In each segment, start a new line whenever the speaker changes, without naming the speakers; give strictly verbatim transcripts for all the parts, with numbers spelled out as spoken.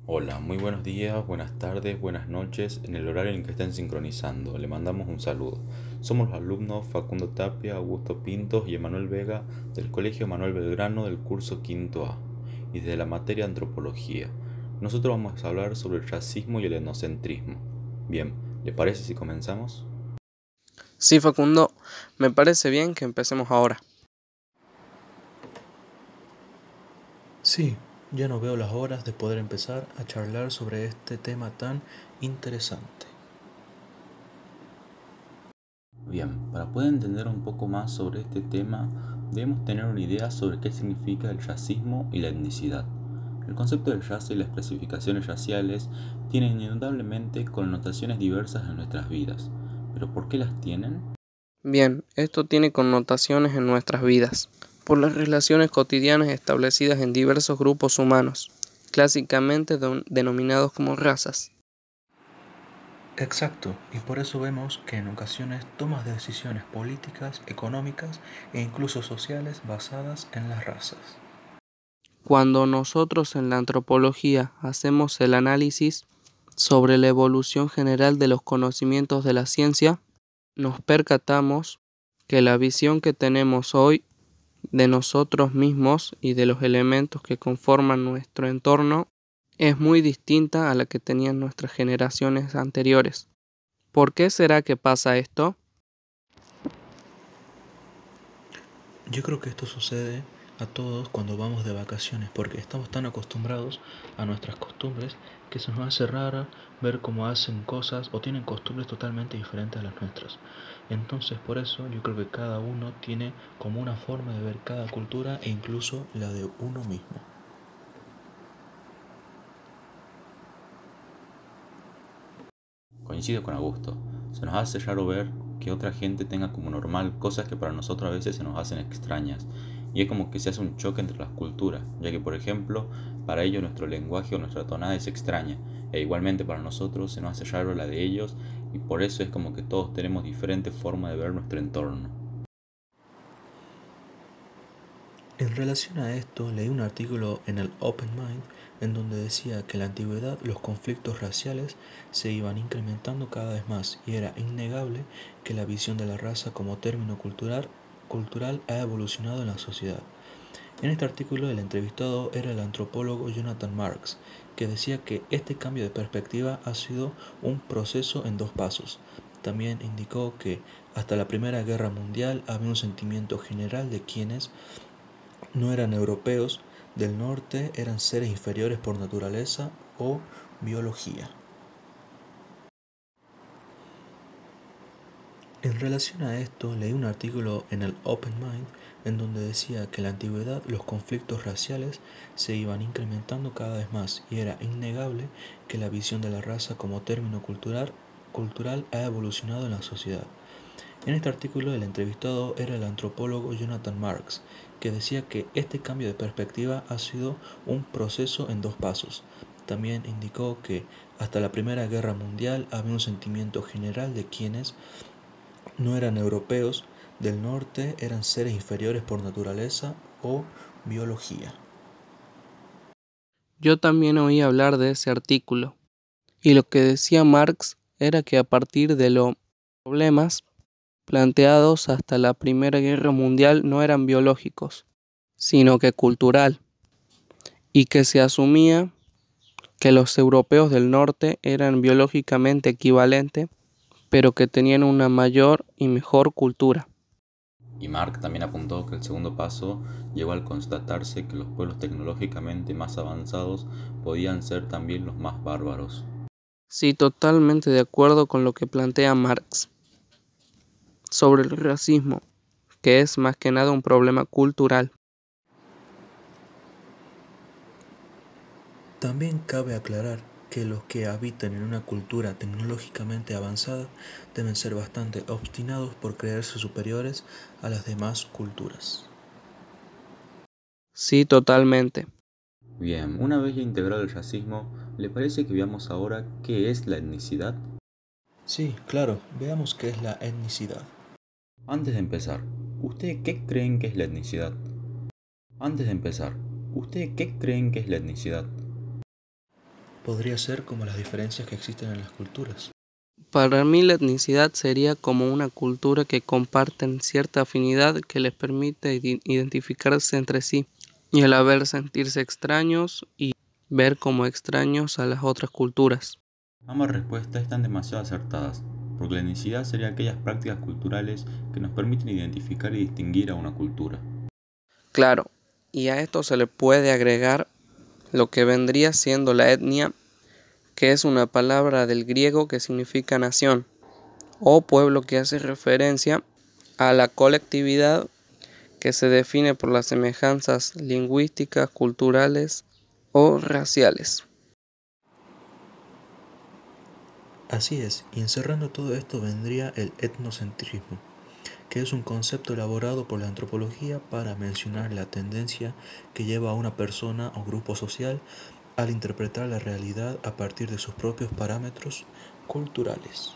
Hola, muy buenos días, buenas tardes, buenas noches, en el horario en el que estén sincronizando. Le mandamos un saludo. Somos los alumnos Facundo Tapia, Augusto Pintos y Emanuel Vega del Colegio Manuel Belgrano del curso Quinto A y de la materia Antropología. Nosotros vamos a hablar sobre el racismo y el etnocentrismo. Bien, ¿le parece si comenzamos?
Sí, Facundo, me parece bien que empecemos ahora.
Sí, ya no veo las horas de poder empezar a charlar sobre este tema tan interesante.
Bien, para poder entender un poco más sobre este tema, debemos tener una idea sobre qué significa el racismo y la etnicidad. El concepto de raza y las clasificaciones raciales tienen indudablemente connotaciones diversas en nuestras vidas. ¿Pero por qué las tienen?
Bien, esto tiene connotaciones en nuestras vidas, por las relaciones cotidianas establecidas en diversos grupos humanos, clásicamente don- denominados como razas.
Exacto, y por eso vemos que en ocasiones tomas decisiones políticas, económicas e incluso sociales basadas en las razas.
Cuando nosotros en la antropología hacemos el análisis sobre la evolución general de los conocimientos de la ciencia, nos percatamos que la visión que tenemos hoy de nosotros mismos y de los elementos que conforman nuestro entorno es muy distinta a la que tenían nuestras generaciones anteriores. ¿Por qué será que pasa esto?
Yo creo que esto sucede a todos cuando vamos de vacaciones, porque estamos tan acostumbrados a nuestras costumbres que se nos hace rara ver cómo hacen cosas o tienen costumbres totalmente diferentes a las nuestras. Entonces, por eso yo creo que cada uno tiene como una forma de ver cada cultura e incluso la de uno mismo.
Coincido con Augusto. Se nos hace raro ver que otra gente tenga como normal cosas que para nosotros a veces se nos hacen extrañas. Y es como que se hace un choque entre las culturas, ya que por ejemplo, para ellos nuestro lenguaje o nuestra tonada es extraña, e igualmente para nosotros se nos hace raro la de ellos, y por eso es como que todos tenemos diferentes formas de ver nuestro entorno.
En relación a esto, leí un artículo en el Open Mind en donde decía que en la antigüedad los conflictos raciales se iban incrementando cada vez más y era innegable que la visión de la raza como término cultural, cultural ha evolucionado en la sociedad. En este artículo el entrevistado era el antropólogo Jonathan Marks, que decía que este cambio de perspectiva ha sido un proceso en dos pasos. También indicó que hasta la Primera Guerra Mundial había un sentimiento general de quienes no eran europeos del norte, eran seres inferiores por naturaleza o biología. En relación a esto, leí un artículo en el Open Mind en donde decía que en la antigüedad los conflictos raciales se iban incrementando cada vez más y era innegable que la visión de la raza como término cultural, cultural ha evolucionado en la sociedad. En este artículo el entrevistado era el antropólogo Jonathan Marks, que decía que este cambio de perspectiva ha sido un proceso en dos pasos. También indicó que hasta la Primera Guerra Mundial había un sentimiento general de quienes no eran europeos del norte, eran seres inferiores por naturaleza o biología.
Yo también oí hablar de ese artículo, y lo que decía Marx era que a partir de los problemas planteados hasta la Primera Guerra Mundial no eran biológicos, sino que cultural, y que se asumía que los europeos del norte eran biológicamente equivalentes, pero que tenían una mayor y mejor cultura.
Y Mark también apuntó que el segundo paso llegó al constatarse que los pueblos tecnológicamente más avanzados podían ser también los más bárbaros.
Sí, totalmente de acuerdo con lo que plantea Marx sobre el racismo, que es más que nada un problema cultural.
También cabe aclarar que los que habitan en una cultura tecnológicamente avanzada deben ser bastante obstinados por creerse superiores a las demás culturas.
Sí, totalmente.
Bien, una vez ya integrado el racismo, ¿le parece que veamos ahora qué es la etnicidad?
Sí, claro, veamos qué es la etnicidad.
Antes de empezar, ¿ustedes qué creen que es la etnicidad? Antes de empezar, ¿ustedes qué creen que es la etnicidad?
Podría ser como las diferencias que existen en las culturas.
Para mí la etnicidad sería como una cultura que comparten cierta afinidad que les permite ide- identificarse entre sí y a la vez sentirse extraños y ver como extraños a las otras culturas.
Ambas respuestas están demasiado acertadas, porque la etnicidad sería aquellas prácticas culturales que nos permiten identificar y distinguir a una cultura.
Claro, y a esto se le puede agregar lo que vendría siendo la etnia, que es una palabra del griego que significa nación o pueblo, que hace referencia a la colectividad que se define por las semejanzas lingüísticas, culturales o raciales.
Así es, y encerrando todo esto vendría el etnocentrismo, que es un concepto elaborado por la antropología para mencionar la tendencia que lleva a una persona o grupo social al interpretar la realidad a partir de sus propios parámetros culturales.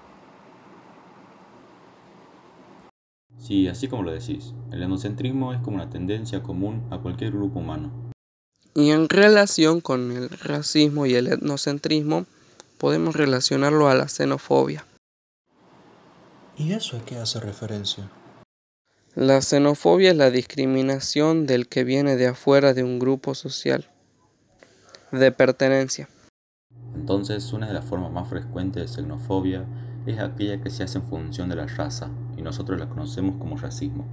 Sí, así como lo decís, el etnocentrismo es como una tendencia común a cualquier grupo humano.
Y en relación con el racismo y el etnocentrismo, podemos relacionarlo a la xenofobia.
¿Y eso a qué hace referencia?
La xenofobia es la discriminación del que viene de afuera de un grupo social, de pertenencia.
Entonces, una de las formas más frecuentes de xenofobia es aquella que se hace en función de la raza, y nosotros la conocemos como racismo.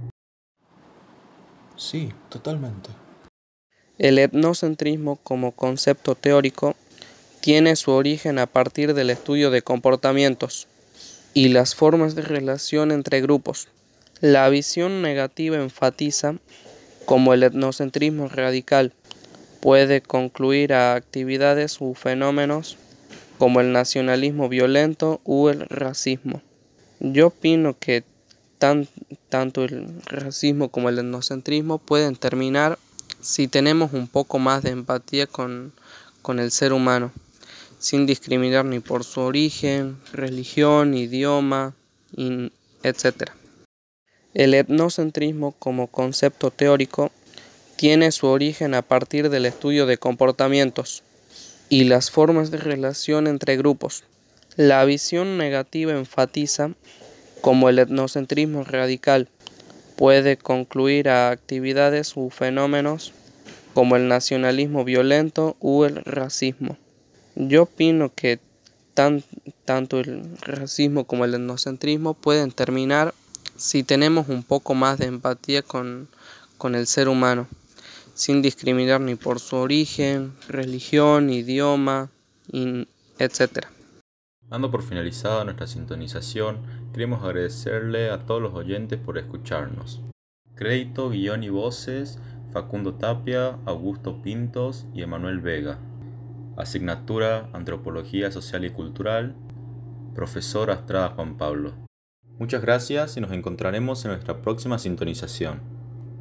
Sí, totalmente.
El etnocentrismo como concepto teórico tiene su origen a partir del estudio de comportamientos y las formas de relación entre grupos. La visión negativa enfatiza cómo el etnocentrismo radical puede concluir a actividades u fenómenos como el nacionalismo violento u el racismo. Yo opino que tan- tanto el racismo como el etnocentrismo pueden terminar si tenemos un poco más de empatía con, con el ser humano, sin discriminar ni por su origen, religión, idioma, in- etcétera. El etnocentrismo como concepto teórico tiene su origen a partir del estudio de comportamientos y las formas de relación entre grupos. La visión negativa enfatiza cómo el etnocentrismo radical puede concluir a actividades u fenómenos como el nacionalismo violento u el racismo. Yo opino que tan- tanto el racismo como el etnocentrismo pueden terminar si tenemos un poco más de empatía con, con el ser humano, sin discriminar ni por su origen, religión, idioma, in- etcétera.
Dando por finalizada nuestra sintonización, queremos agradecerle a todos los oyentes por escucharnos. Crédito, guión y voces, Facundo Tapia, Augusto Pintos y Emanuel Vega. Asignatura, Antropología Social y Cultural, Profesor Astrada Juan Pablo. Muchas gracias y nos encontraremos en nuestra próxima sintonización.